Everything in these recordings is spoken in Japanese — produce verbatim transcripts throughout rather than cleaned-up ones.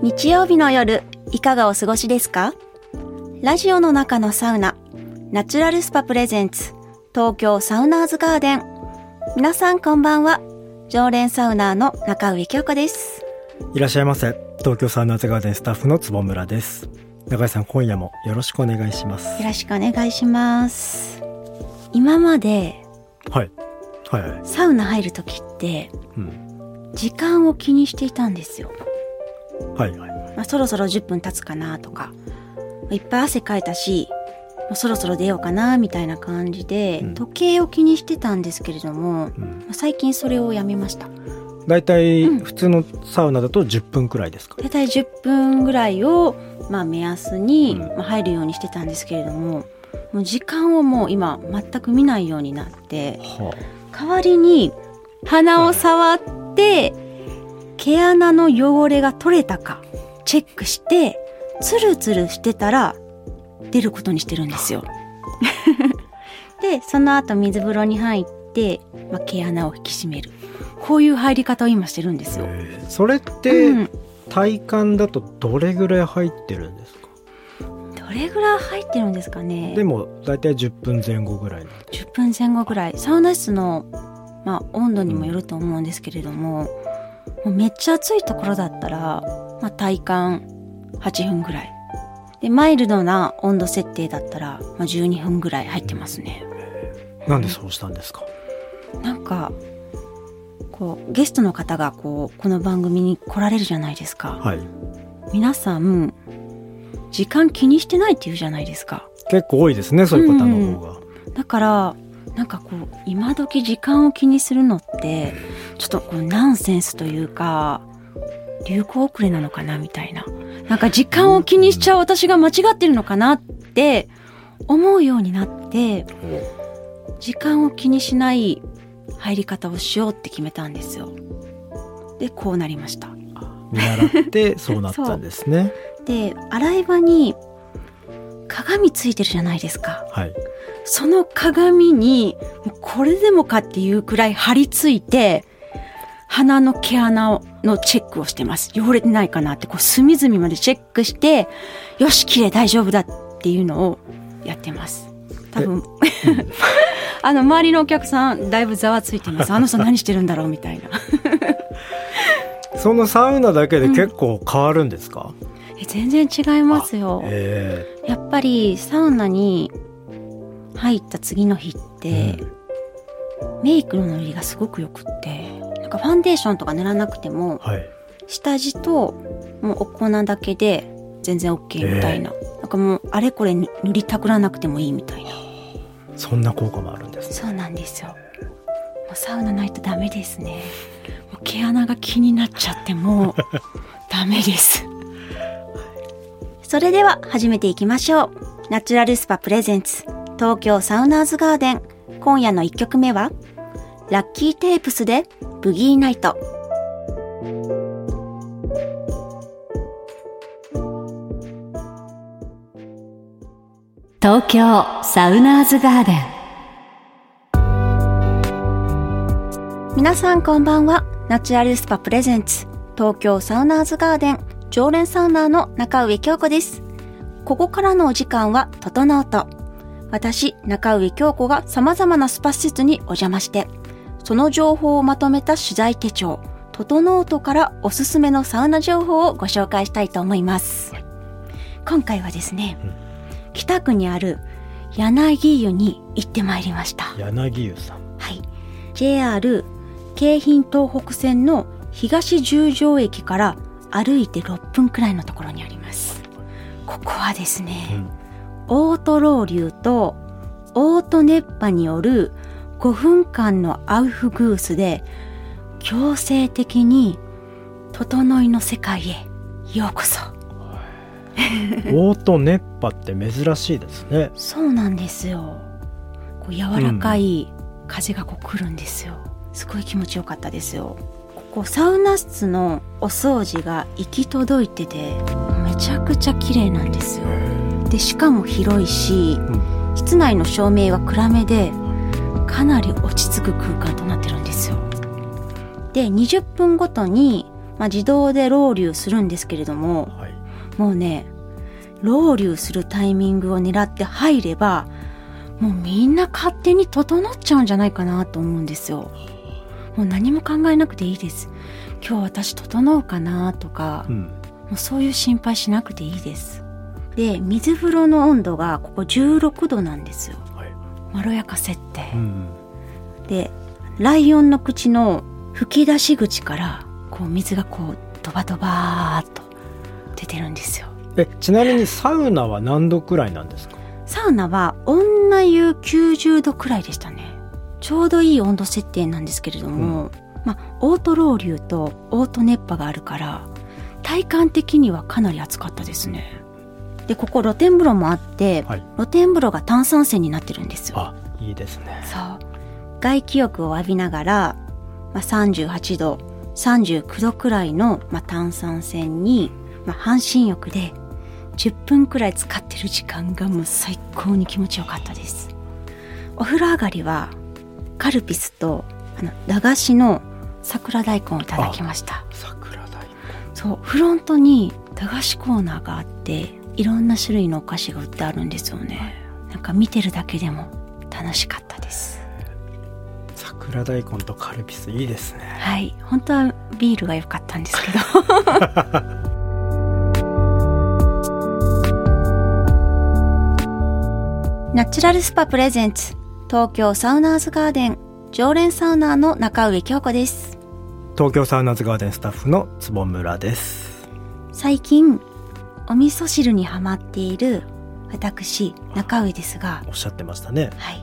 日曜日の夜、いかがお過ごしですか？ラジオの中のサウナ、ナチュラルスパプレゼンツ、東京サウナーズガーデン。皆さんこんばんは。常連サウナーの中上京子です。 いらっしゃいませ。東京サウナーズガーデンスタッフの坪村です。中井さん、今夜もよろしくお願いします。 よろしくお願いします。今まで、 はいはいはい、 サウナ入るときって、うん、時間を気にしていたんですよ。 はいはい、 まあ、そろそろじゅっぷん経つかなとか、いっぱい汗かいたし、もうそろそろ出ようかなみたいな感じで、うん、時計を気にしてたんですけれども、うん、最近それをやめました。 だいたい普通のサウナだとじゅっぷんくらいですか？ だいたいじゅっぷんぐらいを、まあ、目安に、うんまあ、入るようにしてたんですけれども、もう時間をもう今全く見ないようになって、はあ、代わりに鼻を触って、はい、毛穴の汚れが取れたかチェックして、ツルツルしてたら出ることにしてるんですよでその後水風呂に入って、まあ、毛穴を引き締める、こういう入り方を今してるんですよ。 それって、うん、体感だとどれぐらい入ってるんですか？ どれぐらい入ってるんですかね。 でもだいたいじゅっぷんぜん後ぐらい。 じゅっぷんぜん後ぐらい。サウナ室の、まあ、温度にもよると思うんですけれども、もうめっちゃ暑いところだったら、まあ、体感はちふんぐらいで、マイルドな温度設定だったら、まあ、じゅうにふんぐらい入ってますね。 なんでそうしたんですか？ なんかこうゲストの方がこうこの番組に来られるじゃないですか、はい、皆さん時間気にしてないって言うじゃないですか。 結構多いですね、そういう方の方が、 うん、だからなんかこう今時時間を気にするのってちょっとこうナンセンスというか流行遅れなのかなみたいな、なんか時間を気にしちゃう私が間違ってるのかなって思うようになって、時間を気にしない入り方をしようって決めたんですよ。でこうなりました。 見習ってそうなったんですねで洗い場に鏡ついてるじゃないですか、はい、その鏡にこれでもかっていうくらい張り付いて鼻の毛穴のチェックをしてます。汚れてないかなってこう隅々までチェックして、よし綺麗大丈夫だっていうのをやってます。多分、うん、あの周りのお客さんだいぶざわついてます。あの人何してるんだろうみたいなそのサウナだけで結構変わるんですか？ うん、え全然違いますよ。やっぱりサウナに入った次の日って、うん、メイクのノリがすごくよくって、なんかファンデーションとか塗らなくても、はい、下地ともうお粉だけで全然 OK みたいな、なんかもうあれこれ塗りたくらなくてもいいみたいな、 そんな効果もあるんですね。 そうなんですよ。もうサウナないとダメですね。もう毛穴が気になっちゃってもうダメですそれでは始めていきましょう。ナチュラルスパプレゼンツ東京サウナーズガーデン。今夜のいっきょくめはラッキーテープスでブギーナイト。東京サウナーズガーデン。皆さんこんばんは。ナチュラルスパプレゼンツ東京サウナーズガーデン常連サウナーの中上京子です。ここからのお時間はととのうと。私中上京子が様々なスパ施設にお邪魔して、その情報をまとめた取材手帳ととのうとからおすすめのサウナ情報をご紹介したいと思います。はい、今回はですね、うん、北区にある柳湯に行ってまいりました。 柳湯さん。 はい。ジェイアール 京浜東北線の東十条駅から歩いてろっぷんくらいのところにあります。ここはですね、うん、オートロウリュとオート熱波によるごふんかんのアウフグースで強制的に整いの世界へようこそオート熱波って珍しいですね。 そうなんですよ。こう柔らかい風がこう来るんですよ。すごい気持ちよかったですよ。ここサウナ室のお掃除が行き届いててめちゃくちゃ綺麗なんですよ。でしかも広いし、うん、室内の照明は暗めでかなり落ち着く空間となってるんですよ。でにじゅっぷんごとにまあ、自動でロウリュするんですけれども、 はい、 もうねロウリュするタイミングを狙って入ればもうみんな勝手に整っちゃうんじゃないかなと思うんですよ。もう何も考えなくていいです。今日私整うかなとか、うん、もうそういう心配しなくていいです。で水風呂の温度がここじゅうろくどなんですよ、はい、まろやか設定、うん、でライオンの口の吹き出し口からこう水がこうドバドバーっと出てるんですよ。 えちなみにサウナは何度くらいなんですか？ サウナは女湯きゅうじゅうどくらいでしたね。ちょうどいい温度設定なんですけれども、うん、まあオートロウリュとオート熱波があるから体感的にはかなり暑かったですね。でここ露天風呂もあって、はい、露天風呂が炭酸泉になってるんですよ。 あ、いいですね。 そう外気浴を浴びながら、まあ、さんじゅうはちどさんじゅうきゅうどくらいの、まあ、炭酸泉に、まあ、半身浴でじゅっぷんくらい使ってる時間がもう最高に気持ちよかったです。お風呂上がりはカルピスとあの駄菓子の桜大根をいただきました。 桜大根。 そうフロントに駄菓子コーナーがあっていろんな種類のお菓子が売ってあるんですよね。なんか見てるだけでも楽しかったです。 桜大根とカルピスいいですね。 はい、本当はビールが良かったんですけどナチュラルスパプレゼンツ東京サウナーズガーデン常連サウナーの中上京子です。 東京サウナーズガーデンスタッフの坪村です。 最近お味噌汁にハマっている私中上ですが、 おっしゃってましたね。 はい、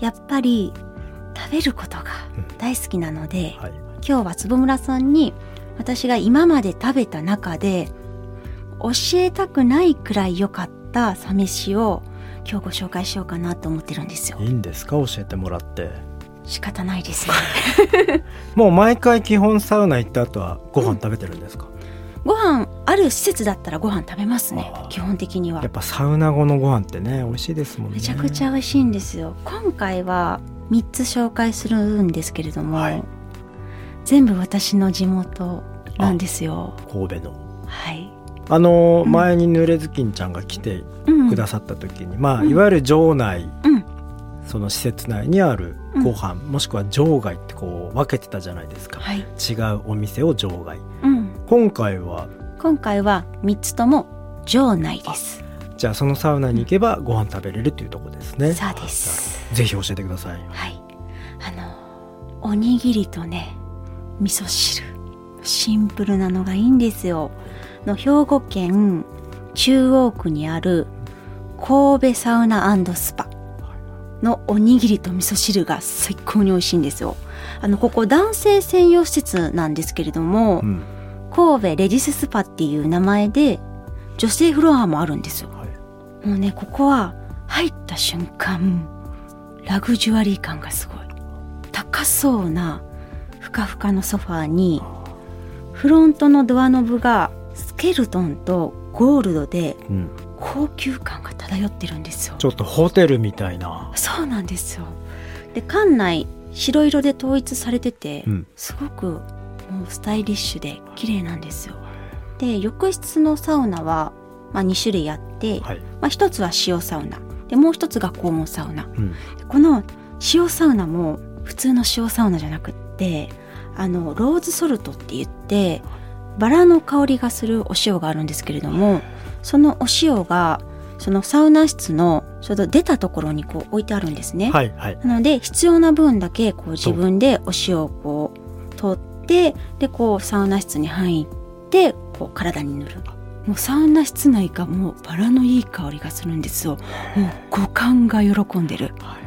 やっぱり食べることが大好きなので、うんはい、今日は坪村さんに私が今まで食べた中で教えたくないくらい良かったサ飯を今日ご紹介しようかなと思ってるんですよ。 いいんですか、教えてもらって。 仕方ないですねもう毎回基本サウナ行った後はご飯食べてるんですか？ うん、ご飯ある施設だったらご飯食べますね。基本的にはやっぱサウナ後のご飯ってね美味しいですもんね。 めちゃくちゃ美味しいんですよ。今回はみっつ紹介するんですけれども、はい、全部私の地元なんですよ。 神戸の。 はい。 あの、うん、前に濡れずきんちゃんが来てくださった時に、うん、まあいわゆる場内、うん、その施設内にあるご飯、うん、もしくは場外ってこう分けてたじゃないですか、はい、違うお店を場外、うん、今回は今回はみっつとも場内です。 じゃあそのサウナに行けばご飯食べれるというところですね。 そうです。 ぜひ教えてください。 はい、あのおにぎりとね味噌汁シンプルなのがいいんですよ。の兵庫県中央区にある神戸サウナ&スパのおにぎりと味噌汁が最高に美味しいんですよ。あのここ男性専用施設なんですけれども、うん、神戸レディススパっていう名前で女性フロアもあるんですよ、はい、もうねここは入った瞬間ラグジュアリー感がすごい。高そうなふかふかのソファーにフロントのドアノブがスケルトンとゴールドで高級感が漂ってるんですよ、うん、 ちょっとホテルみたいな。 そうなんですよ。で館内白色で統一されてて、うん、すごくもうスタイリッシュで綺麗なんですよ。で浴室のサウナは、まあ、に種類あって、はい、まあ、ひとつは塩サウナでもう一つが高温サウナ、うん、この塩サウナも普通の塩サウナじゃなくってあのローズソルトって言ってバラの香りがするお塩があるんですけれども、そのお塩がそのサウナ室のちょうど出たところにこう置いてあるんですね、はいはい、なので必要な分だけこう自分でお塩をこう取ってでこうサウナ室に入ってこう体に塗る。もうサウナ室内がもうバラのいい香りがするんですよ。もう五感が喜んでる、はい、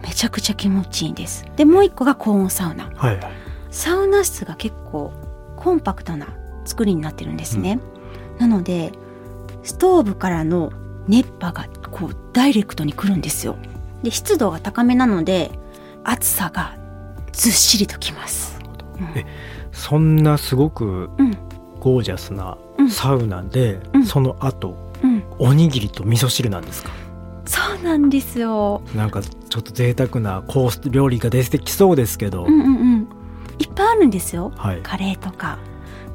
めちゃくちゃ気持ちいいんです。でもう一個が高温サウナ、はいはい、サウナ室が結構コンパクトな作りになってるんですね、うん、なのでストーブからの熱波がこうダイレクトに来るんですよ。で湿度が高めなので暑さがずっしりときます、 うん、えそんなすごくゴージャスなサウナで、うん、その後、うん、おにぎりと味噌汁なんですか？ そうなんですよ。 なんかちょっと贅沢なコース料理が出てきそうですけど、 うんうんうん、いっぱいあるんですよ、はい、カレーとか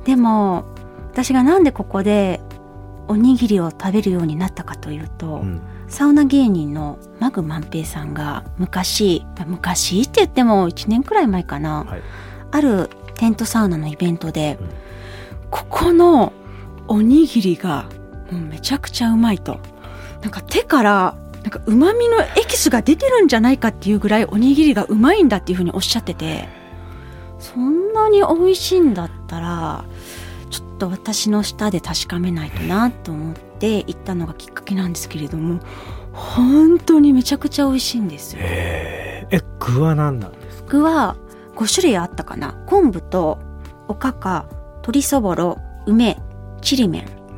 でも私がなんでここでおにぎりを食べるようになったかというと、うん、サウナ芸人のマグ万平さんが昔昔って言ってもいちねんくらい前かな、はい、あるテントサウナのイベントで、うん、ここのおにぎりがもうめちゃくちゃうまいと、なんか手からなんか旨味のエキスが出てるんじゃないかっていうぐらいおにぎりがうまいんだっていうふうにおっしゃってて、そんなに美味しいんだったらちょっと私の舌で確かめないとなと思って行ったのがきっかけなんですけれども、本当にめちゃくちゃ美味しいんですよ。 へー。え、具は何なんですか？ 具はご種類あったかな。昆布とおかか、鶏そぼろ、梅、ちりめん、うん、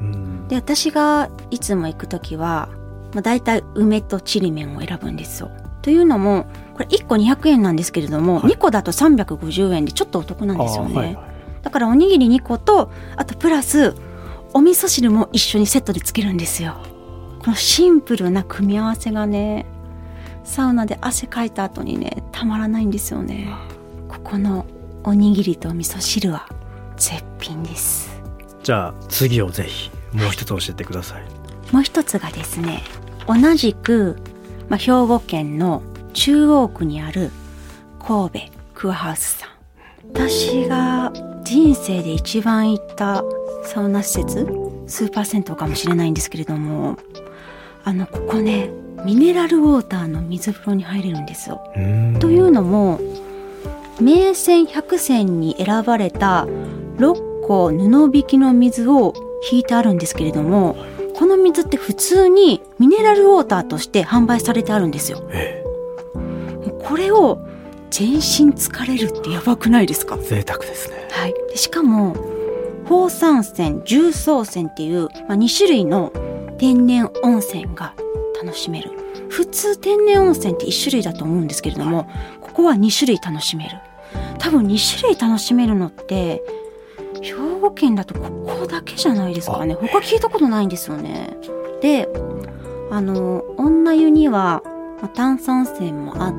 で私がいつも行くときは、まあ、だいたい梅とちりめんを選ぶんですよ。というのもこれいっこにひゃくえんなんですけれども、はい、にこだとさんびゃくごじゅうえんでちょっとお得なんですよね、はいはい、だからおにぎりにことあとプラスお味噌汁も一緒にセットでつけるんですよ。このシンプルな組み合わせがね、サウナで汗かいた後にねたまらないんですよね。ここのおにぎりと味噌汁は絶品です。 じゃあ次をぜひもう一つ教えてください。 もう一つがですね、同じく、まあ、兵庫県の中央区にある神戸クアハウスさん。私が人生で一番行ったサウナ施設、スーパー銭湯かもしれないんですけれども、あのここねミネラルウォーターの水風呂に入れるんですよ。というのも名泉百選に選ばれた六甲布引きの水を引いてあるんですけれども、この水って普通にミネラルウォーターとして販売されてあるんですよ。ええ、これを全身疲れるってやばくないですか？ 贅沢ですね。 はい。でしかも宝山泉、重曹泉っていう、まあ、に種類の天然温泉が楽しめる。普通天然温泉っていち種類だと思うんですけれども、ここはに種類楽しめる。多分に種類楽しめるのって兵庫県だとここだけじゃないですかね。他聞いたことないんですよね。で、あの女湯には、まあ、炭酸泉もあって、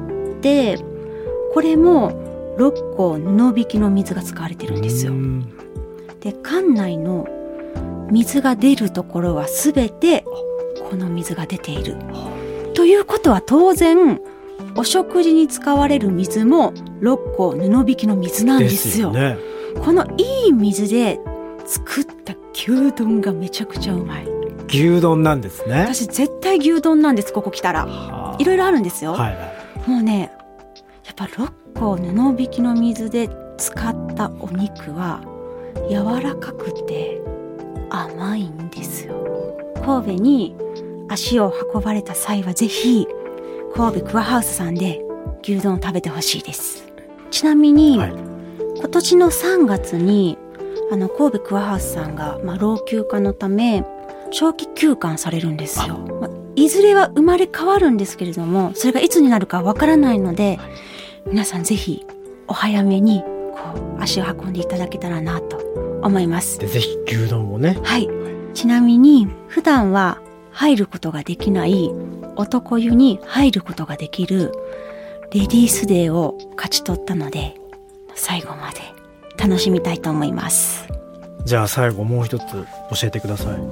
これも六甲布引きの水が使われてるんですよ。で、館内の水が出るところはすべてこの水が出ている。ということは当然お食事に使われる水も六甲布引きの水なんですよ。ですよね。このいい水で作った牛丼がめちゃくちゃうまい。 牛丼なんですね。 私絶対牛丼なんです。ここ来たらいろいろあるんですよ、はいはい、もうねやっぱ六甲布引きの水で使ったお肉は柔らかくて甘いんですよ。神戸に足を運ばれた際はぜひ神戸クアハウスさんで牛丼を食べてほしいです。ちなみに、はい、今年のさんがつにあの神戸クアハウスさんが、まあ、老朽化のため長期休館されるんですよ。まあ、いずれは生まれ変わるんですけれども、それがいつになるかわからないので、皆さんぜひお早めにこう足を運んでいただけたらなと思います。 でぜひ牛丼をね。 はい。ちなみに普段は入ることができない男湯に入ることができるレディースデーを勝ち取ったので、最後まで楽しみたいと思います。 じゃあ最後もう一つ教えてください。はい。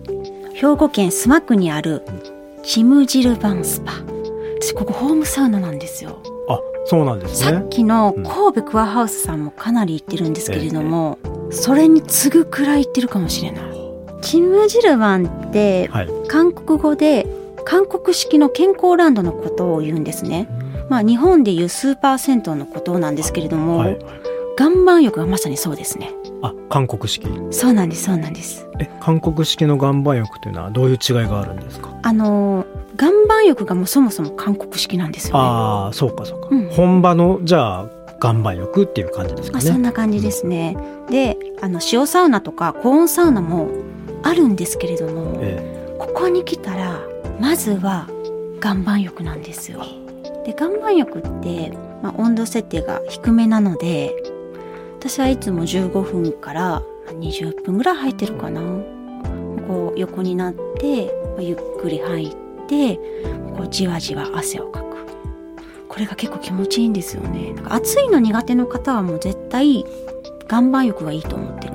兵庫県須磨区にあるチムジルバンスパ。私ここホームサウナなんですよ。 あ、そうなんですね。 さっきの神戸クアハウスさんもかなり行ってるんですけれども、うん、それに次ぐくらい行ってるかもしれない。チムジルバンって韓国語で韓国式の健康ランドのことを言うんですね。まあ日本でいうスーパー銭湯のことなんですけれども、はい、岩盤浴がまさにそうですね。 あ、韓国式。 そうなんですそうなんです。 え、韓国式の岩盤浴というのはどういう違いがあるんですか？ あの岩盤浴がもうそもそも韓国式なんですよね。 ああ、そうかそうか、うん、本場のじゃあ岩盤浴っていう感じですかね。 まあ、そんな感じですね。で、あの塩サウナとか高温サウナもあるんですけれども、ええ、ここに来たらまずは岩盤浴なんですよ。で、岩盤浴って、まあ、温度設定が低めなので、私はいつもじゅうごふんからにじゅっぷんぐらい入ってるかな。こう横になって、まあ、ゆっくり入ってこうじわじわ汗をかく。これが結構気持ちいいんですよね。なんか暑いの苦手の方はもう絶対岩盤浴がいいと思ってるんですよ。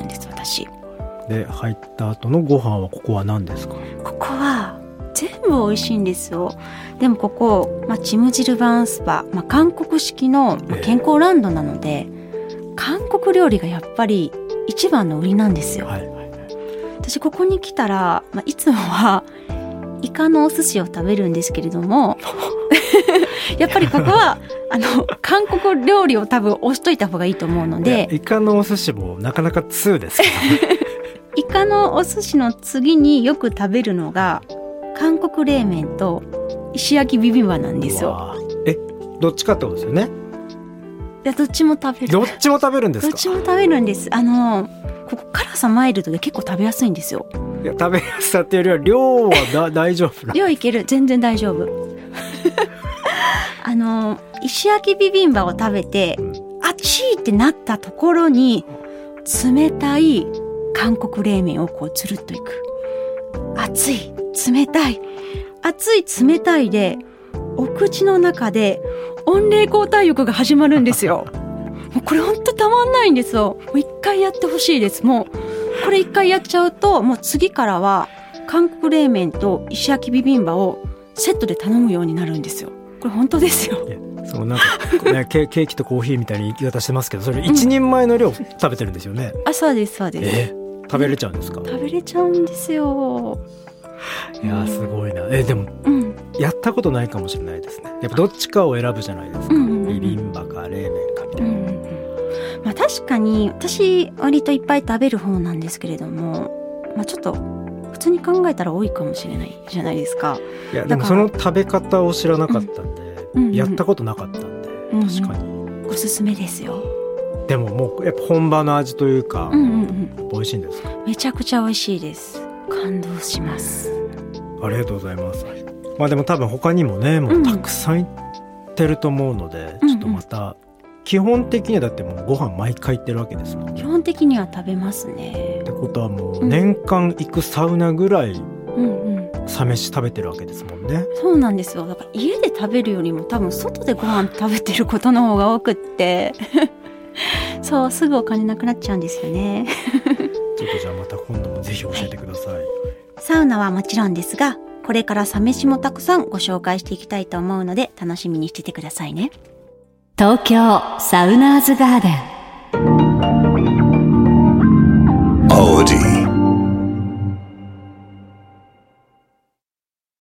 し。 で入った後のご飯はここは何ですか？ ここは全部美味しいんですよ。でもここ、まあ、チムジルバーンスパ、まあ、韓国式の健康ランドなので、えー、韓国料理がやっぱり一番の売りなんですよ、はいはい、私ここに来たら、まあ、いつもはイカのお寿司を食べるんですけれどもやっぱりここはあの韓国料理を多分押しといた方がいいと思うので、 イカのお寿司もなかなか通ですけどイカのお寿司の次によく食べるのが韓国冷麺と石焼きビビンバなんですよ。 え、どっちかってことですよね？ いや、どっちも食べる。 どっちも食べるんですか？ どっちも食べるんです。あのここ辛さマイルドで結構食べやすいんですよ。 いや、食べやすさっていうよりは量はだ大丈夫な量いける、全然大丈夫あの石焼きビビンバを食べて、うん、熱いってなったところに冷たい韓国冷麺をこうつるっといく。熱い、冷たい、熱い冷たいでお口の中で温冷交代浴が始まるんですよもうこれほんとたまんないんですよ。もう一回やってほしいです。もうこれ一回やっちゃうと、もう次からは韓国冷麺と石焼きビビンバをセットで頼むようになるんですよ。これ本当ですよ。 いや、そうなんか、ね、ケ, ケーキとコーヒーみたいに言い方してますけど、それ一人前の量食べてるんですよね、 うん、あ、そうですそうです、 えー、食べれちゃうんですか？ 食べれちゃうんですよ。 いやすごいな。えでも、うん、やったことないかもしれないですね。やっぱどっちかを選ぶじゃないですか、うんうんうん、ビビンバか冷麺かみたいな、うんうんうん、 まあ、確かに私割といっぱい食べる方なんですけれども、まあ、ちょっと普通に考えたら多いかもしれないじゃないですか。 いやでもその食べ方を知らなかったんで、うんうんうん、やったことなかったんで、うんうん、確かにおすすめですよ。 でももうやっぱ本場の味というか、うんうんうん、美味しいんですか？めちゃくちゃ美味しいです。感動します。 ありがとうございます。まあでも多分他にもね、もうたくさん行ってると思うので、うん、ちょっとまた基本的にはだってもうご飯毎回行ってるわけですもんね。 基本的には食べますね。 ってことはもう年間行くサウナぐらいサ飯食べてるわけですもんね、うんうん、 そうなんですよ。だから家で食べるよりも多分外でご飯食べてることの方が多くってそうすぐお金なくなっちゃうんですよねちょっとじゃあまた今度もぜひ教えてください、はい。 サウナはもちろんですが、これからサ飯もたくさんご紹介していきたいと思うので楽しみにしててくださいね。東京サウナーズガーデン。